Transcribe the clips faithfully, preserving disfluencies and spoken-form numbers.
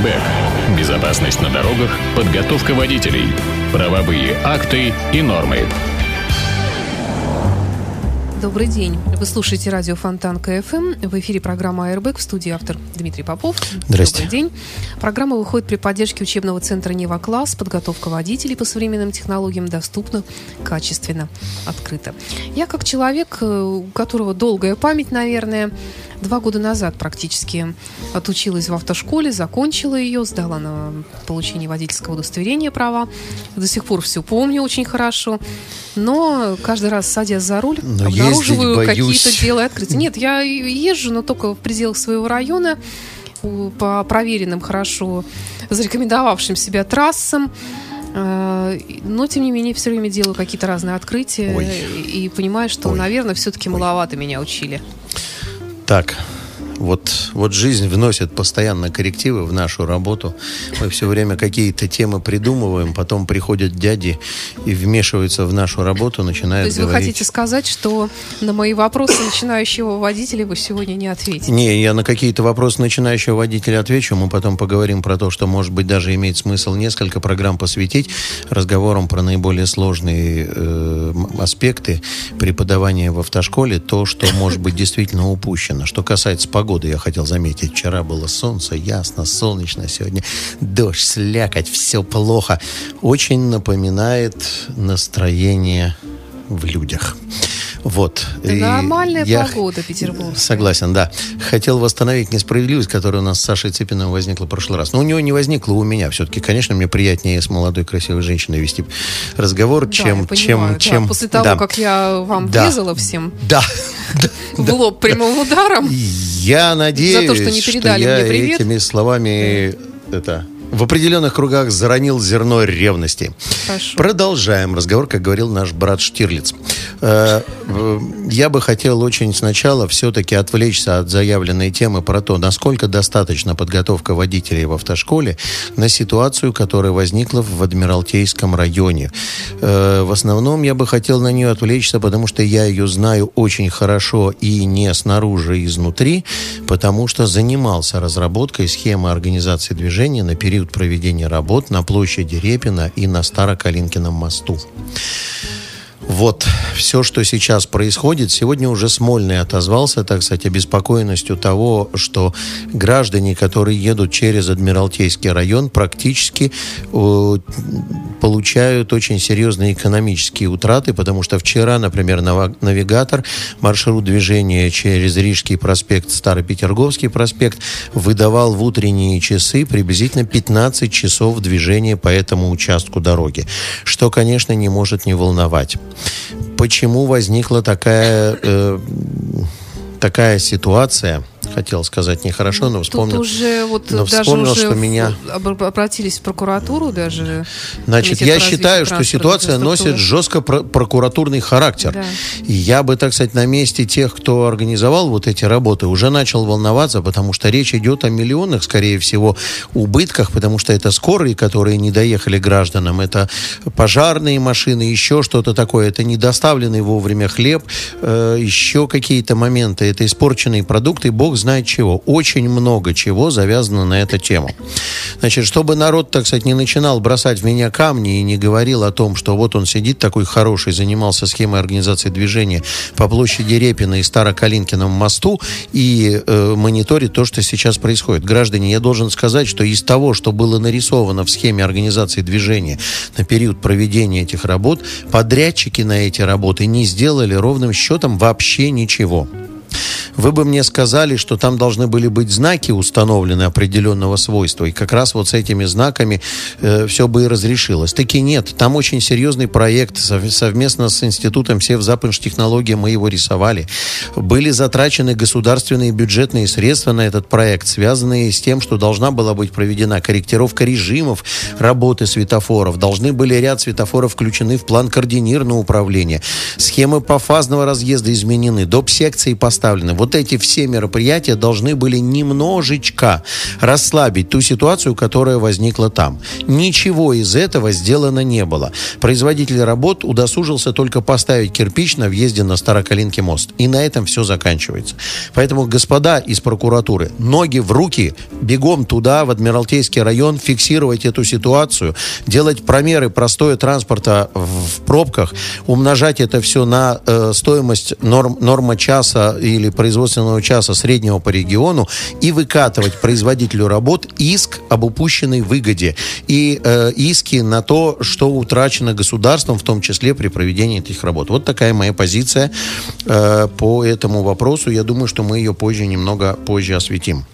Airbag. Безопасность на дорогах, подготовка водителей, правовые акты и нормы. Добрый день. Вы слушаете радио Фонтан КФМ. В эфире программа Airbag. В студии автор Дмитрий Попов. Здрасте. Добрый день. Программа выходит при поддержке учебного центра «Нева Класс». Подготовка водителей по современным технологиям доступна, качественно, открыто. Я, как человек, у которого долгая память, наверное, два года назад практически отучилась в автошколе, закончила ее, сдала на получение водительского удостоверения права. До сих пор все помню очень хорошо. Но каждый раз, садясь за руль, но обнаруживаю какие-то дела и открытия. Нет, я езжу, но только в пределах своего района, по проверенным, хорошо зарекомендовавшим себя трассам. Но, тем не менее, все время делаю какие-то разные открытия. Ой. И понимаю, что, Ой. наверное, все-таки Ой. маловато меня учили. Так, вот, вот жизнь вносит постоянно коррективы в нашу работу. Мы все время какие-то темы придумываем, потом приходят дяди и вмешиваются в нашу работу, начинают говорить. То есть говорить... вы хотите сказать, что на мои вопросы начинающего водителя вы сегодня не ответите? Не, я на какие-то вопросы начинающего водителя отвечу. Мы потом поговорим про то, что, может быть, даже имеет смысл несколько программ посвятить разговорам про наиболее сложные э, аспекты преподавания в автошколе, то, что, может быть, действительно упущено. Что касается погоды, я хотел заметить, вчера было солнце, ясно, солнечно, сегодня дождь, слякоть, все плохо. Очень напоминает настроение в людях. Вот. Да, нормальная я погода петербургская. Согласен, да. Хотел восстановить несправедливость, которая у нас с Сашей Цыпиным возникла в прошлый раз. Но у него не возникла, у меня. Все-таки, конечно, мне приятнее с молодой красивой женщиной вести разговор, да, чем... я чем, понимаю, чем да. После того, да. как я вам да. врезала всем да. в лоб прямым ударом. Я надеюсь, за то, что, не передали что мне я привет. этими словами... Да. это... в определенных кругах заронил зерно ревности. Хорошо. Продолжаем разговор, как говорил наш брат Штирлиц. Я бы хотел очень сначала все-таки отвлечься от заявленной темы про то, насколько достаточна подготовка водителей в автошколе на ситуацию, которая возникла в Адмиралтейском районе. В основном я бы хотел на нее отвлечься, потому что я ее знаю очень хорошо и не снаружи, и изнутри, потому что занимался разработкой схемы организации движения на период проведения работ на площади Репина и на Старокалинкином мосту. Вот, все, что сейчас происходит. Сегодня уже Смольный отозвался, так сказать, обеспокоенностью того, что граждане, которые едут через Адмиралтейский район, практически э, получают очень серьезные экономические утраты, потому что вчера, например, навигатор, маршрут движения через Рижский проспект, Старопетерговский проспект, выдавал в утренние часы приблизительно пятнадцать часов движения по этому участку дороги, что, конечно, не может не волновать. Почему возникла такая, э, такая ситуация? Хотел сказать нехорошо, но вспомнил, Тут уже вот но даже вспомнил, уже что меня... обратились в прокуратуру даже. Значит, я считаю, что ситуация носит жестко прокуратурный характер. Да. И я бы, так сказать, на месте тех, кто организовал вот эти работы, уже начал волноваться, потому что речь идет о миллионных, скорее всего, убытках, потому что это скорые, которые не доехали гражданам, это пожарные машины, еще что-то такое, это недоставленный вовремя хлеб, э, еще какие-то моменты, это испорченные продукты, бог знает чего. Очень много чего завязано на эту тему. Значит, чтобы народ, так сказать, не начинал бросать в меня камни и не говорил о том, что вот он сидит такой хороший, занимался схемой организации движения по площади Репина и Старокалинкином мосту и э, мониторит то, что сейчас происходит. Граждане, я должен сказать, что из того, что было нарисовано в схеме организации движения на период проведения этих работ, подрядчики на эти работы не сделали ровным счетом вообще ничего. Вы бы мне сказали, что там должны были быть знаки установлены определенного свойства, и как раз вот с этими знаками э, все бы и разрешилось. Таки нет, там очень серьезный проект, совместно с Институтом Севзапинштехнология мы его рисовали. Были затрачены государственные бюджетные средства на этот проект, связанные с тем, что должна была быть проведена корректировка режимов работы светофоров, должны были ряд светофоров включены в план координированного управления, схемы пофазного разъезда изменены, доп. Секции поставлены. Вот эти все мероприятия должны были немножечко расслабить ту ситуацию, которая возникла там. Ничего из этого сделано не было. Производитель работ удосужился только поставить кирпич на въезде на Старокалинский мост. И на этом все заканчивается. Поэтому, господа из прокуратуры, ноги в руки, бегом туда, в Адмиралтейский район, фиксировать эту ситуацию, делать промеры простоя транспорта в пробках, умножать это все на э, стоимость норм, норма часа или производственного часа среднего по региону и выкатывать производителю работ иск об упущенной выгоде и э, иски на то, что утрачено государством, в том числе при проведении этих работ. Вот такая моя позиция э, по этому вопросу. Я думаю, что мы ее позже, немного позже осветим.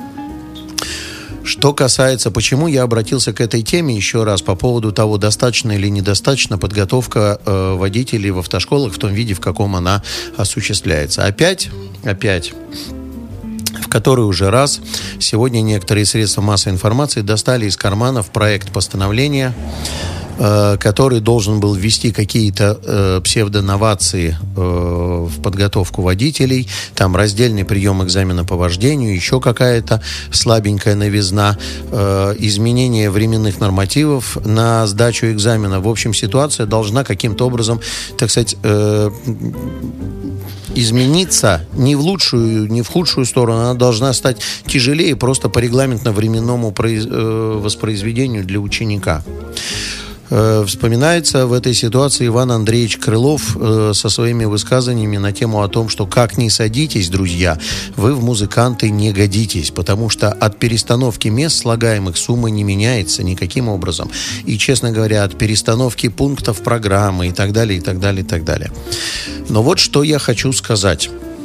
Что касается, почему я обратился к этой теме еще раз по поводу того, достаточно или недостаточно подготовка э, водителей в автошколах в том виде, в каком она осуществляется. Опять, опять, в который уже раз сегодня некоторые средства массовой информации достали из карманов проект постановления, который должен был ввести какие-то э, псевдоновации э, в подготовку водителей, там раздельный прием экзамена по вождению, еще какая-то слабенькая новизна, э, изменение временных нормативов на сдачу экзамена. В общем, ситуация должна каким-то образом, так сказать, э, измениться не в лучшую, не в худшую сторону, она должна стать тяжелее просто по регламентно-временному произ... э, воспроизведению для ученика. Вспоминается в этой ситуации Иван Андреевич Крылов э, со своими высказываниями на тему о том, что как ни садитесь, друзья, вы в музыканты не годитесь, потому что от перестановки мест слагаемых сумма не меняется никаким образом. И, честно говоря, от перестановки пунктов программы и так далее, и так далее, и так далее. Но вот что я хочу сказать.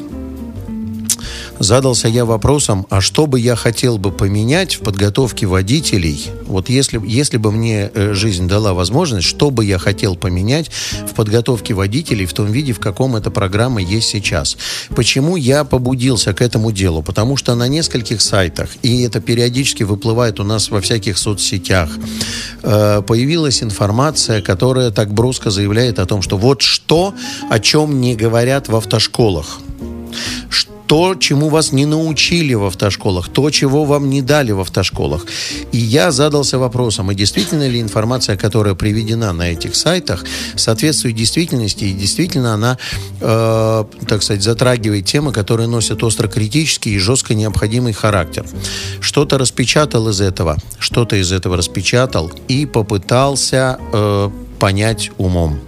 Задался я вопросом, а что бы я хотел бы поменять в подготовке водителей, вот если, если бы мне жизнь дала возможность, что бы я хотел поменять в подготовке водителей в том виде, в каком эта программа есть сейчас. Почему я побудился к этому делу? Потому что на нескольких сайтах, и это периодически выплывает у нас во всяких соцсетях, появилась информация, которая так броско заявляет о том, что вот что, о чем не говорят в автошколах. То, чему вас не научили в автошколах, то, чего вам не дали в автошколах. И я задался вопросом, а действительно ли информация, которая приведена на этих сайтах, соответствует действительности, и действительно она, э, так сказать, затрагивает темы, которые носят остро-критический и жестко необходимый характер. Что-то распечатал из этого, что-то из этого распечатал и попытался э, понять умом.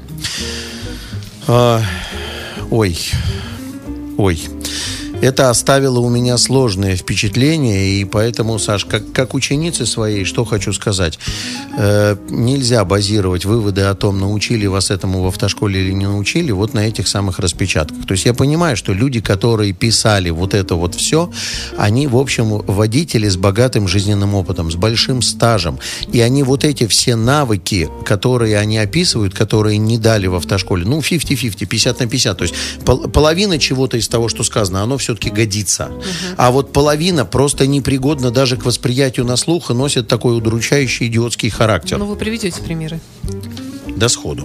Э, ой, ой. Это оставило у меня сложное впечатление, и поэтому, Саш, как, как ученице своей, что хочу сказать. Э, нельзя базировать выводы о том, научили вас этому в автошколе или не научили, вот на этих самых распечатках. То есть я понимаю, что люди, которые писали вот это вот все, они, в общем, водители с богатым жизненным опытом, с большим стажем. И они вот эти все навыки, которые они описывают, которые не дали в автошколе, ну, пятьдесят на пятьдесят, пятьдесят на пятьдесят. То есть пол, половина чего-то из того, что сказано, оно все все-таки годится. Угу. А вот половина просто непригодна даже к восприятию на слух и носит такой удручающий идиотский характер. Ну, вы приведете примеры? Да сходу.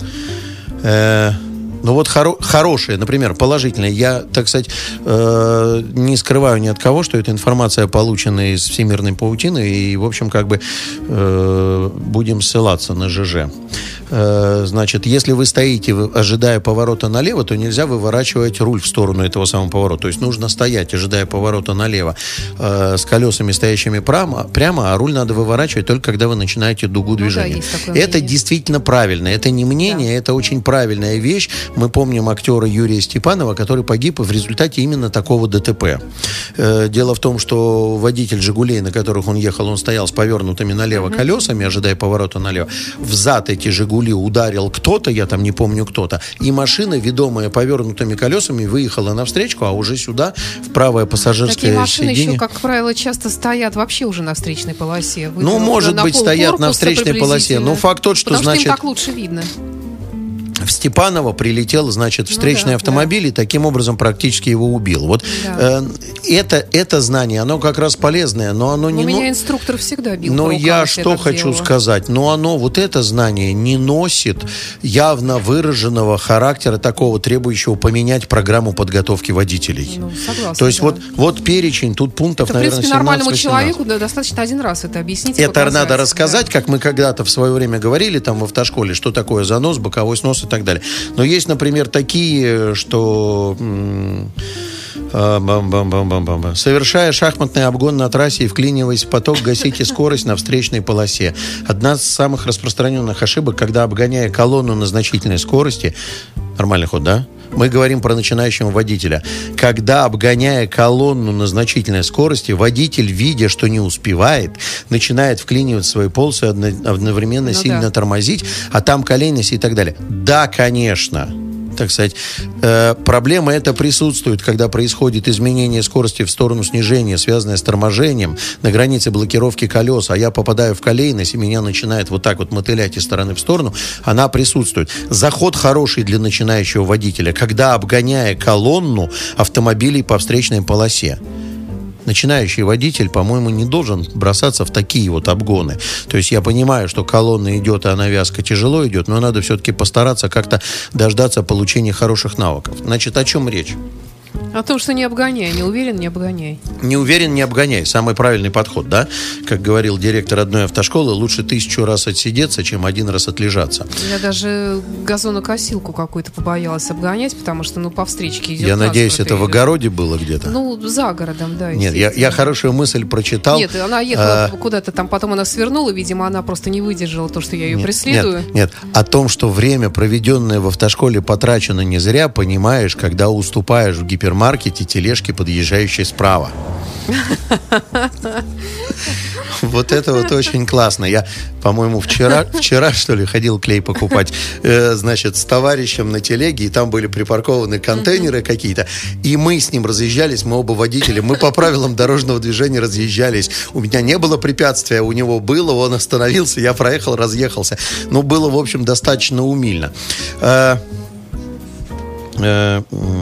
Э-э- Ну вот хоро- хорошее, например, положительное. Я, так сказать, э- не скрываю ни от кого, что это информация, полученная из всемирной паутины, и, в общем, как бы э- будем ссылаться на ЖЖ. Э- значит, если вы стоите, ожидая поворота налево, то нельзя выворачивать руль в сторону этого самого поворота. То есть нужно стоять, ожидая поворота налево, э- с колесами, стоящими прямо, прямо, а руль надо выворачивать только когда вы начинаете дугу движения. Ну, да, это действительно правильно. Это не мнение, да. Это очень правильная вещь. Мы помним актера Юрия Степанова, который погиб в результате именно такого ДТП. Дело в том, что водитель «Жигулей», на которых он ехал, он стоял с повернутыми налево mm-hmm. колесами, ожидая поворота налево. Взад эти «Жигули» ударил кто-то, я там не помню кто-то, и машина, ведомая повернутыми колесами, выехала навстречку, а уже сюда, в правое пассажирское сиденье. Такие машины сиденье. еще, как правило, часто стоят вообще уже на встречной полосе. Вы ну, может быть, стоят на встречной полосе, но факт тот, что, Потому значит... что им так лучше видно. В Степанова прилетел, значит, встречный ну, да, автомобиль да. и таким образом практически его убил. Вот да. э, это, это знание, оно как раз полезное, но оно не... У меня инструктор всегда бил. Но я что хочу делала. сказать, но оно, вот это знание не носит явно выраженного характера такого, требующего поменять программу подготовки водителей. Ну, согласна, То есть да. вот, вот перечень, тут пунктов, это, наверное, в принципе, семнадцать, нормальному человеку да, достаточно один раз это объяснить. Это показать, надо рассказать, да. как мы когда-то в свое время говорили там в автошколе, что такое занос, боковой снос и так далее. Но есть, например, такие, что... М- Бам-бам-бам-бам-бам. Совершая шахматный обгон на трассе и вклиниваясь в поток, гасите скорость на встречной полосе. Одна из самых распространенных ошибок, когда, обгоняя колонну на значительной скорости... Нормальный ход, да? Мы говорим про начинающего водителя. Когда, обгоняя колонну на значительной скорости, водитель, видя, что не успевает, начинает вклинивать в свои полосы, одновременно ну, сильно да. тормозить, а там колейность и так далее. Да, конечно. Так сказать, э, проблема эта присутствует, когда происходит изменение скорости в сторону снижения, связанное с торможением на границе блокировки колес, а я попадаю в колейность, и меня начинает вот так вот мотылять из стороны в сторону, она присутствует. Заход хороший для начинающего водителя, когда, обгоняя колонну автомобилей по встречной полосе. Начинающий водитель, по-моему, не должен бросаться в такие вот обгоны. То есть я понимаю, что колонна идет, и она вязко тяжело идет, но надо все-таки постараться как-то дождаться получения хороших навыков. Значит, о чем речь? О том, что не обгоняй. Не уверен, не обгоняй. Не уверен, не обгоняй. Самый правильный подход, да? Как говорил директор одной автошколы, лучше тысячу раз отсидеться, чем один раз отлежаться. Я даже газонокосилку какую-то побоялась обгонять, потому что, ну, по встречке идет. Я надеюсь, это идет. в огороде было где-то? Ну, за городом, да. Нет, я, я хорошую мысль прочитал. Нет, она ехала а... куда-то там, потом она свернула, видимо, она просто не выдержала то, что я ее нет, преследую. Нет, нет, о том, что время, проведенное в автошколе, потрачено не зря, понимаешь, когда уступаешь в гипермаркете тележки, подъезжающие справа. Вот это вот очень классно. Я, по-моему, вчера, вчера, что ли, ходил клей покупать, э, значит, с товарищем на телеге, и там были припаркованы контейнеры mm-hmm. какие-то, и мы с ним разъезжались, мы оба водители, мы по правилам дорожного движения разъезжались. У меня не было препятствия, у него было, он остановился, я проехал, разъехался. Но было, в общем, достаточно умильно. Э, э,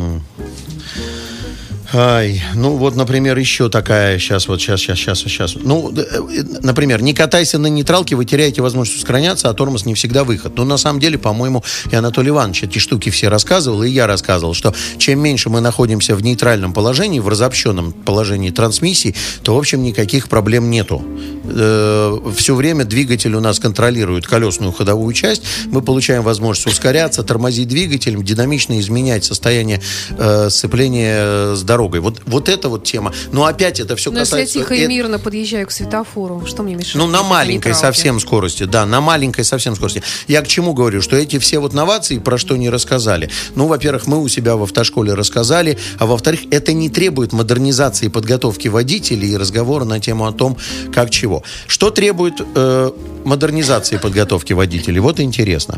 Ай, ну вот, например, еще такая, сейчас, вот, сейчас, сейчас, сейчас, сейчас. Ну, например, не катайся на нейтралке, вы теряете возможность ускоряться, а тормоз не всегда выход. Но на самом деле, по-моему, и Анатолий Иванович эти штуки все рассказывал, и я рассказывал, что чем меньше мы находимся в нейтральном положении, в разобщенном положении трансмиссии, то, в общем, никаких проблем нету. Все время двигатель у нас контролирует колесную ходовую часть, мы получаем возможность ускоряться, тормозить двигателем, динамично изменять состояние э, сцепления с дорогой. Вот, вот эта вот тема. Но опять это все Но касается... если я тихо и это... мирно подъезжаю к светофору, что мне мешает? Ну, на маленькой совсем скорости, да, на маленькой совсем скорости. Я к чему говорю? Что эти все вот новации, про что не рассказали. Ну, во-первых, мы у себя в автошколе рассказали, а во-вторых, это не требует модернизации и подготовки водителей и разговора на тему о том, как чего. Что требует э, модернизации и подготовки водителей? Вот интересно.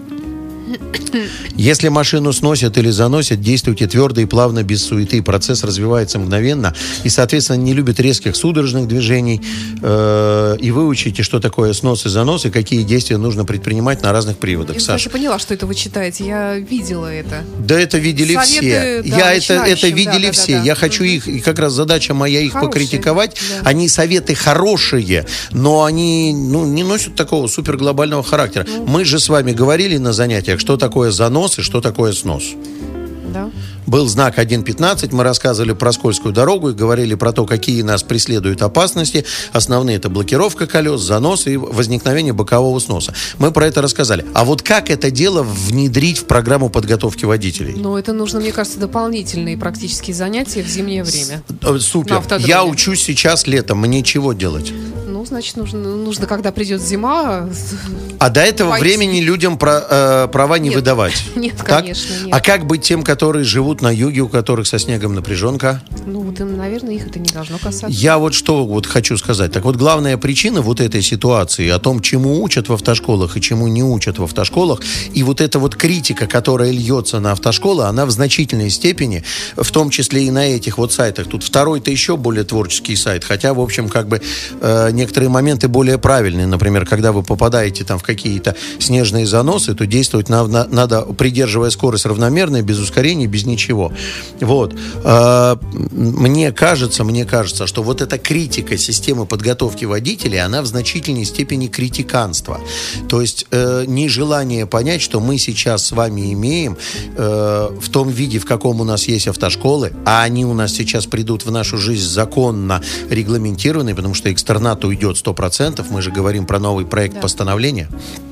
Если машину сносят или заносят, действуйте твердо и плавно, без суеты. Процесс развивается мгновенно и, соответственно, не любит резких судорожных движений. Э, и выучите, что такое снос и занос, и какие действия нужно предпринимать на разных приводах. Я, кстати, поняла, что это вы читаете. Я видела это. Да, это видели Советы, все. Да, Я это, это видели да, все. Да, да, Я да. хочу их, и как раз задача моя их Хорошие, покритиковать. Да. Они советы хорошие, но они ну, не носят такого суперглобального характера. Ну. Мы же с вами говорили на занятиях, что такое занос и что такое снос. Да. Был знак один пятнадцать, мы рассказывали про скользкую дорогу и говорили про то, какие нас преследуют опасности. Основные — это блокировка колес, занос и возникновение бокового сноса. Мы про это рассказали. А вот как это дело внедрить в программу подготовки водителей? Ну, это нужно, мне кажется, дополнительные практические занятия в зимнее время. Супер. Я учусь сейчас летом. Мне чего делать? Ну, значит, нужно, нужно, когда придет зима... А до этого пойти. времени людям про, э, права не нет. выдавать? Нет, так? конечно, нет. А как быть тем, которые живут на юге, у которых со снегом напряженка? Ну, вот, наверное, их это не должно касаться. Я вот что вот хочу сказать. Так вот, главная причина вот этой ситуации, о том, чему учат в автошколах и чему не учат в автошколах, и вот эта вот критика, которая льется на автошколы, она в значительной степени, в том числе и на этих вот сайтах. Тут второй-то еще более творческий сайт, хотя, в общем, как бы э, некоторые некоторые моменты более правильные. Например, когда вы попадаете там в какие-то снежные заносы, то действовать на, на, надо, придерживая скорость равномерной, без ускорений, без ничего. Вот. Мне кажется, мне кажется, что вот эта критика системы подготовки водителей, она в значительной степени критиканство. То есть э, нежелание понять, что мы сейчас с вами имеем э, в том виде, в каком у нас есть автошколы, а они у нас сейчас придут в нашу жизнь законно регламентированные, потому что экстернат уйдет сто процентов, мы же говорим про новый проект, да, постановления.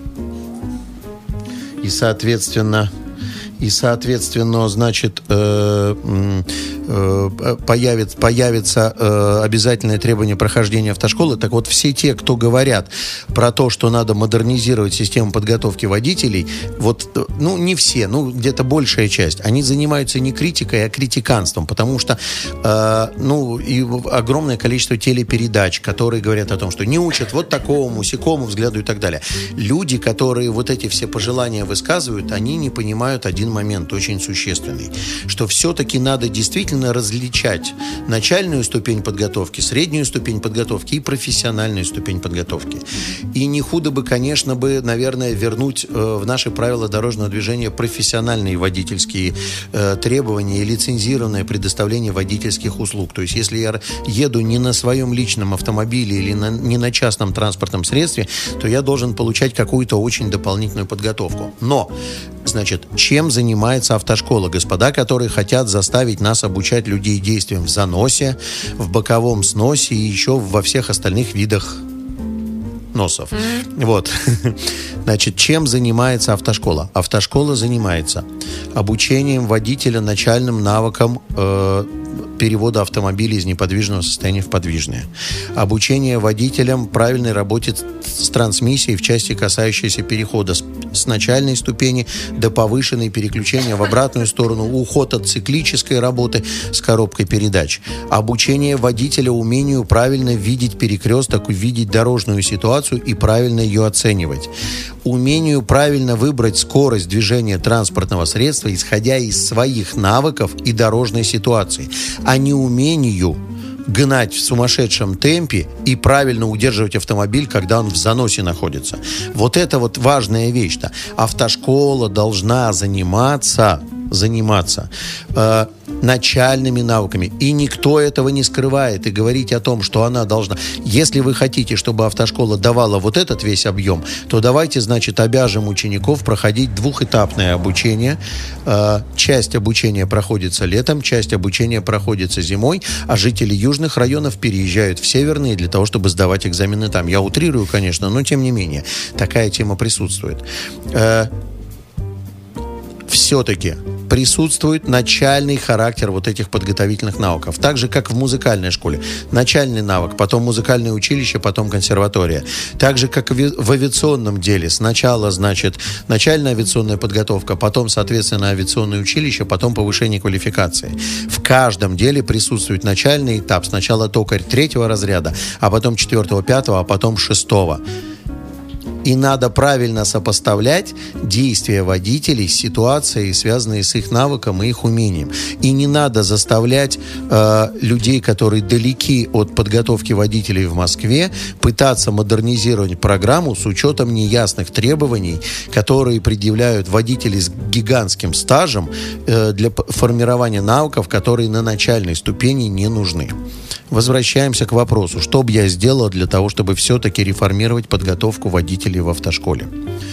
И, соответственно... И, соответственно, значит, э, э, появится, появится э, обязательное требование прохождения автошколы. Так вот, все те, кто говорят про то, что надо модернизировать систему подготовки водителей, вот, ну, не все, ну, где-то большая часть, они занимаются не критикой, а критиканством, потому что, э, ну, и огромное количество телепередач, которые говорят о том, что не учат вот такому, сякому взгляду и так далее. Люди, которые вот эти все пожелания высказывают, они не понимают один момент очень существенный, что все-таки надо действительно различать начальную ступень подготовки, среднюю ступень подготовки и профессиональную ступень подготовки. И не худо бы, конечно, бы, наверное, вернуть э, в наши правила дорожного движения профессиональные водительские э, требования и лицензированное предоставление водительских услуг. То есть, если я еду не на своем личном автомобиле или на, не на частном транспортном средстве, то я должен получать какую-то очень дополнительную подготовку. Но, значит, чем занимается автошкола? Господа, которые хотят заставить нас обучать людей действиям в заносе, в боковом сносе и еще во всех остальных видах носов. Mm-hmm. Вот. Значит, чем занимается автошкола? Автошкола занимается обучением водителя начальным навыкам э, перевода автомобиля из неподвижного состояния в подвижное. Обучение водителям правильной работе с трансмиссией в части, касающейся перехода с, с начальной ступени до повышенной, переключения в обратную сторону, уход от циклической работы с коробкой передач. Обучение водителя умению правильно видеть перекресток, видеть дорожную ситуацию и правильно ее оценивать. Умению правильно выбрать скорость движения транспортного средства, исходя из своих навыков и дорожной ситуации, а не умению гнать в сумасшедшем темпе и правильно удерживать автомобиль, когда он в заносе находится. Вот это вот важная вещь-то. Автошкола должна заниматься, заниматься э, начальными навыками. И никто этого не скрывает. И говорить о том, что она должна... Если вы хотите, чтобы автошкола давала вот этот весь объем, то давайте, значит, обяжем учеников проходить двухэтапное обучение. Э, часть обучения проходится летом, часть обучения проходится зимой, а жители южных районов переезжают в северные для того, чтобы сдавать экзамены там. Я утрирую, конечно, но тем не менее. Такая тема присутствует. Э, все-таки присутствует начальный характер вот этих подготовительных навыков. Так же, как в музыкальной школе. Начальный навык, потом музыкальное училище, потом консерватория. Так же, как в авиационном деле. Сначала, значит, начальная авиационная подготовка, потом, соответственно, авиационное училище, потом повышение квалификации. В каждом деле присутствует начальный этап. Сначала токарь третьего разряда, а потом четвертого, пятого, а потом шестого. И надо правильно сопоставлять действия водителей с ситуацией, связанные с их навыком и их умением. И не надо заставлять э, людей, которые далеки от подготовки водителей в Москве, пытаться модернизировать программу с учетом неясных требований, которые предъявляют водители с гигантским стажем э, для формирования навыков, которые на начальной ступени не нужны. Возвращаемся к вопросу, что бы я сделал для того, чтобы все-таки реформировать подготовку водителей в автошколе.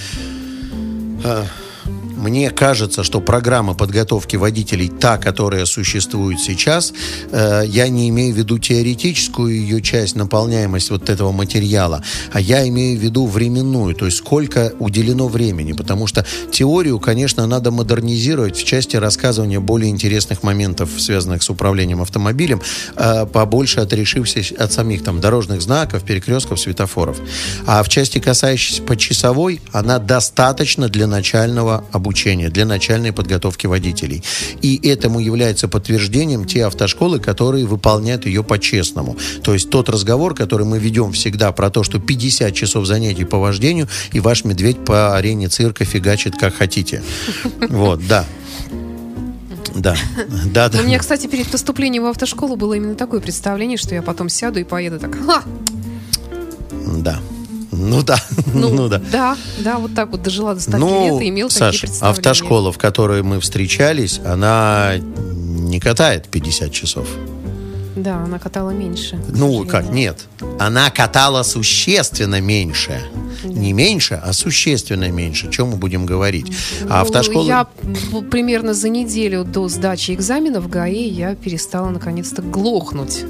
Мне кажется, что программа подготовки водителей, та, которая существует сейчас, э, я не имею в виду теоретическую ее часть, наполняемость вот этого материала, а я имею в виду временную, то есть сколько уделено времени, потому что теорию, конечно, надо модернизировать в части рассказывания более интересных моментов, связанных с управлением автомобилем, э, побольше отрешившись от самих там дорожных знаков, перекрестков, светофоров. А в части, касающейся почасовой, она достаточно для начального обучения. Обучения, для начальной подготовки водителей. И этому является подтверждением те автошколы, которые выполняют ее по-честному. То есть тот разговор, который мы ведем всегда про то, что пятьдесят часов занятий по вождению, и ваш медведь по арене цирка фигачит как хотите. Вот, да. Да, да, да. У меня, кстати, перед поступлением в автошколу было именно такое представление, что я потом сяду и поеду так... Ха! Да. Ну да, ну, ну да. Да, да, вот так вот дожила до стольки ну, лет и имел Саша, такие представления. автошкола, в которой мы встречались, она не катает пятьдесят часов. Да, она катала меньше. Ну, как, нет. Она катала существенно меньше. Да. Не меньше, а существенно меньше. О чем мы будем говорить? Ну, а автошкола... Я примерно за неделю до сдачи экзамена в ГАИ я перестала наконец-то глохнуть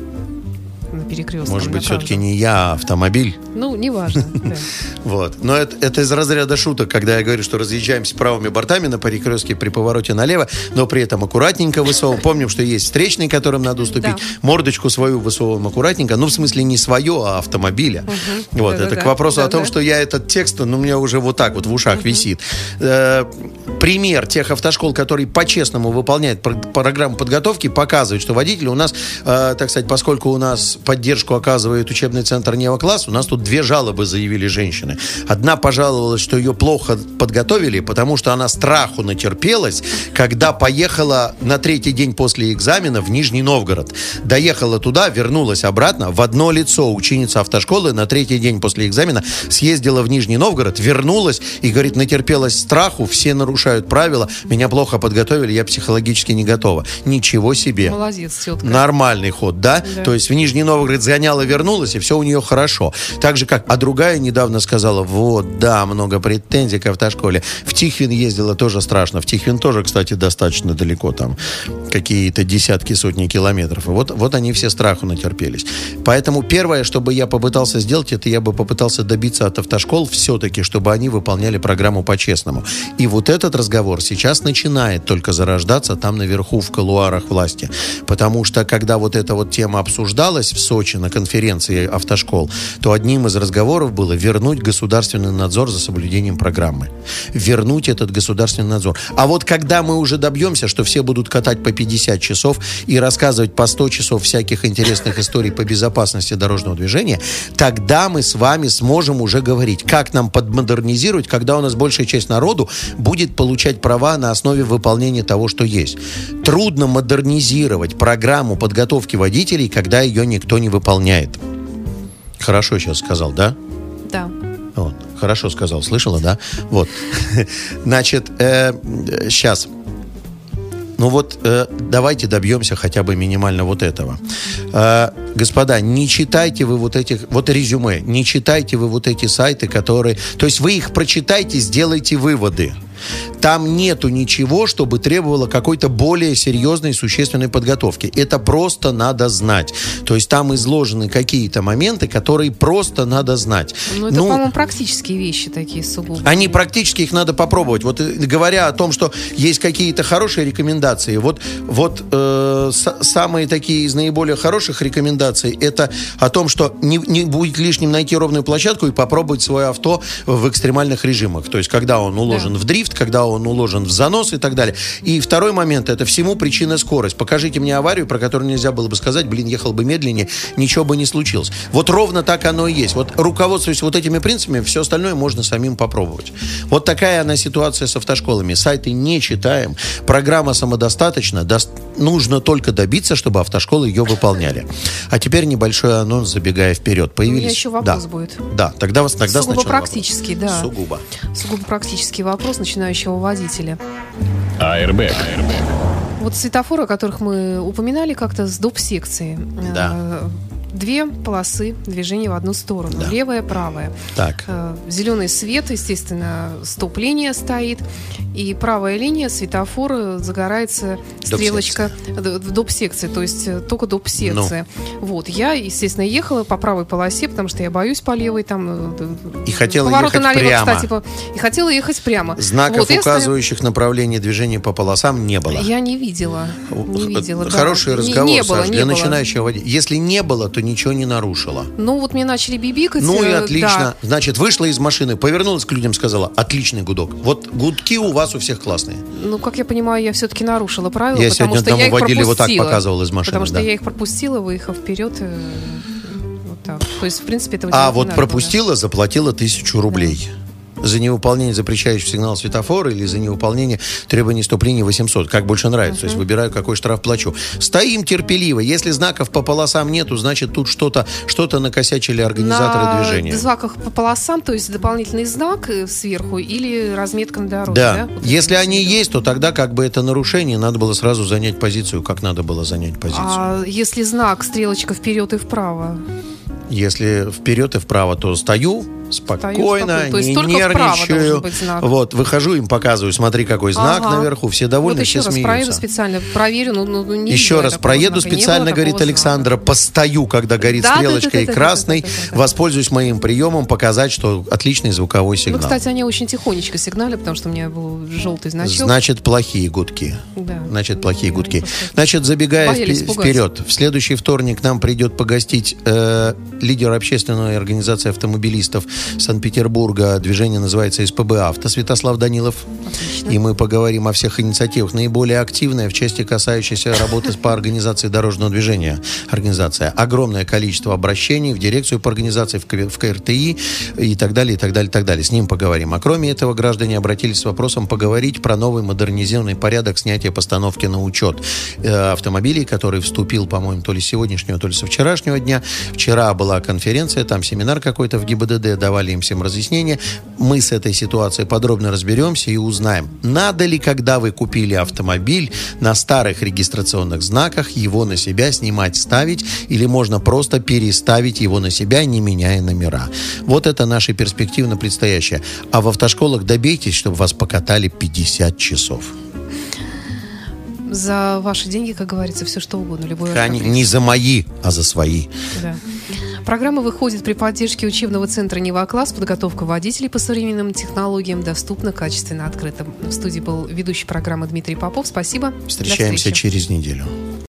на перекрестке. Может быть, все-таки не я, а автомобиль? Ну, неважно. Да. Вот. Но это, это из разряда шуток, когда я говорю, что разъезжаемся правыми бортами на перекрестке при повороте налево, но при этом аккуратненько высовываем. Помним, что есть встречный, которым надо уступить. Да. Мордочку свою высовываем аккуратненько. Ну, в смысле, не свое, а автомобиля. Угу. Вот. Да, это да, к вопросу да, о том, да. что я этот текст, ну, у меня уже вот так вот в ушах угу. висит. Э, пример тех автошкол, которые по-честному выполняют программу подготовки, показывает, что водители у нас, э, так сказать, поскольку у нас поддержку оказывает учебный центр «Нева-класс», у нас тут две жалобы заявили женщины. Одна пожаловалась, что ее плохо подготовили, потому что она страху натерпелась, когда поехала на третий день после экзамена в Нижний Новгород. Доехала туда, вернулась обратно, в одно лицо ученица автошколы на третий день после экзамена съездила в Нижний Новгород, вернулась и, говорит, натерпелась страху, все нарушают правила, меня плохо подготовили, я психологически не готова. Ничего себе. Молодец, тетка. Нормальный ход, да? да? То есть в Нижний Новгород сгоняла, вернулась, и все у нее хорошо. Так же, как, а другая недавно сказала, вот, да, много претензий к автошколе. В Тихвин ездила, тоже страшно. В Тихвин тоже, кстати, достаточно далеко, там какие-то десятки, сотни километров. И вот, вот они все страху натерпелись. Поэтому первое, что бы я попытался сделать, это я бы попытался добиться от автошкол все-таки, чтобы они выполняли программу по-честному. И вот этот разговор сейчас начинает только зарождаться там наверху в кулуарах власти. Потому что, когда вот эта вот тема обсуждалась в Сочи на конференции автошкол, то одним из разговоров было вернуть государственный надзор за соблюдением программы. Вернуть этот государственный надзор. А вот когда мы уже добьемся, что все будут катать по пятьдесят часов и рассказывать по сто часов всяких интересных историй по безопасности дорожного движения, тогда мы с вами сможем уже говорить, как нам подмодернизировать, когда у нас большая часть народу будет получать права на основе выполнения того, что есть. Трудно модернизировать программу подготовки водителей, когда ее никто не выполняет. Хорошо сейчас сказал, да? Да. Вот. Хорошо сказал, слышала, да? Вот. Значит, э, сейчас. Ну вот, э, давайте добьемся хотя бы минимально вот этого. Э, господа, не читайте вы вот этих, вот резюме, не читайте вы вот эти сайты, которые... То есть вы их прочитайте, сделайте выводы. Там нету ничего, чтобы требовало какой-то более серьезной, существенной подготовки. Это просто надо знать. То есть там изложены какие-то моменты, которые просто надо знать. Ну, это, ну, по-моему, практические вещи такие сугубо. Они практически, их надо попробовать. Вот говоря о том, что есть какие-то хорошие рекомендации, вот, вот э, с- самые такие из наиболее хороших рекомендаций, это о том, что не, не будет лишним найти ровную площадку и попробовать свое авто в экстремальных режимах. То есть, когда он уложен да. в дрифт, когда он уложен в занос и так далее. И второй момент, это всему причина скорость. Покажите мне аварию, про которую нельзя было бы сказать, блин, ехал бы медленнее, ничего бы не случилось. Вот ровно так оно и есть. Вот руководствуясь вот этими принципами, все остальное можно самим попробовать. Вот такая она ситуация с автошколами. Сайты не читаем, программа самодостаточна, до... нужно только добиться, чтобы автошколы ее выполняли. А теперь небольшой анонс, забегая вперед. Появились... У меня еще вопрос да. будет. Да, тогда, тогда сугубо сначала практический, вопрос. да. Сугубо. Сугубо практический вопрос начинающего водителя. Airbag. Вот светофоры, о которых мы упоминали как-то с доп-секции. Да. Две полосы движения в одну сторону. Да. Левая, правая. Так. Зеленый свет, естественно, стоп-линия стоит. И правая линия, светофор, загорается стрелочка в доп-секции. То есть только доп-секция. Ну. Вот. Я, естественно, ехала по правой полосе, потому что я боюсь по левой. Там, и хотела повороты ехать налево, прямо. Кстати, по... И хотела ехать прямо. Знаков, вот, указывающих стояла... направление движения по полосам, не было. Я не видела. Не видела, Хороший да. разговор, не, не Саш, было, для не начинающего водителя. Если не было, то ничего не нарушила. Ну, вот мне начали бибикать. Ну и отлично. Да. Значит, вышла из машины, повернулась к людям, сказала, отличный гудок. Вот гудки у вас у всех классные. Ну, как я понимаю, я все-таки нарушила правила, я потому что я их пропустила. Вот так показывал из машины. Потому что да. я их пропустила, выехав вперед. Вот так. То есть, в принципе, этого А вот пропустила, да. заплатила тысячу рублей. Да. За невыполнение запрещающего сигнала светофора или за невыполнение требований стоп линии восемьсот. Как больше нравится. Uh-huh. То есть выбираю, какой штраф плачу. Стоим терпеливо. Если знаков по полосам нету, значит тут что-то, что-то накосячили организаторы на движения. На знаках по полосам, то есть дополнительный знак сверху или разметка на дороге. Да. Да? Вот если они есть, то тогда как бы это нарушение. Надо было сразу занять позицию, как надо было занять позицию. А если знак, стрелочка вперед и вправо? Если вперед и вправо, то стою спокойно, стою, не нервничаю. Вот, выхожу, им показываю, смотри, какой знак ага. наверху, все довольны, вот все смеются. Еще раз проеду специально, проверю, ну, ну не Еще раз проеду специально, говорит Александра, знака. Постою, когда горит да, стрелочка да, да, да, и красный, да, да, да, да. Воспользуюсь моим приемом, показать, что отличный звуковой сигнал. Ну, кстати, они очень тихонечко сигнали, потому что у меня был желтый значок. Значит, плохие гудки. Да. Значит, плохие да, гудки. Значит, забегая вп- вперед, в следующий вторник к нам придет погостить э, лидер общественной организации автомобилистов Санкт-Петербурга. Движение называется эс пэ бэ «Авто», Святослав Данилов. Отлично. И мы поговорим о всех инициативах. Наиболее активная в части, касающейся работы по организации дорожного движения. Организация. Огромное количество обращений в дирекцию по организации, в ка эр тэ и и так далее, и так далее, и так далее. С ним поговорим. А кроме этого, граждане обратились с вопросом поговорить про новый модернизированный порядок снятия постановки на учет э, автомобилей, который вступил, по-моему, то ли с сегодняшнего, то ли со вчерашнего дня. Вчера была конференция, там семинар какой-то в гэ и бэ дэ дэ, давали им всем разъяснения. Мы с этой ситуацией подробно разберемся и узнаем, надо ли, когда вы купили автомобиль, на старых регистрационных знаках его на себя снимать, ставить, или можно просто переставить его на себя, не меняя номера. Вот это наши перспективы на предстоящее. А в автошколах добейтесь, чтобы вас покатали пятьдесят часов. За ваши деньги, как говорится, все что угодно. Любой не за мои, а за свои. Да. Программа выходит при поддержке учебного центра «Нева-класс». Подготовка водителей по современным технологиям доступна, качественно, открыта. В студии был ведущий программы Дмитрий Попов. Спасибо. Встречаемся через неделю.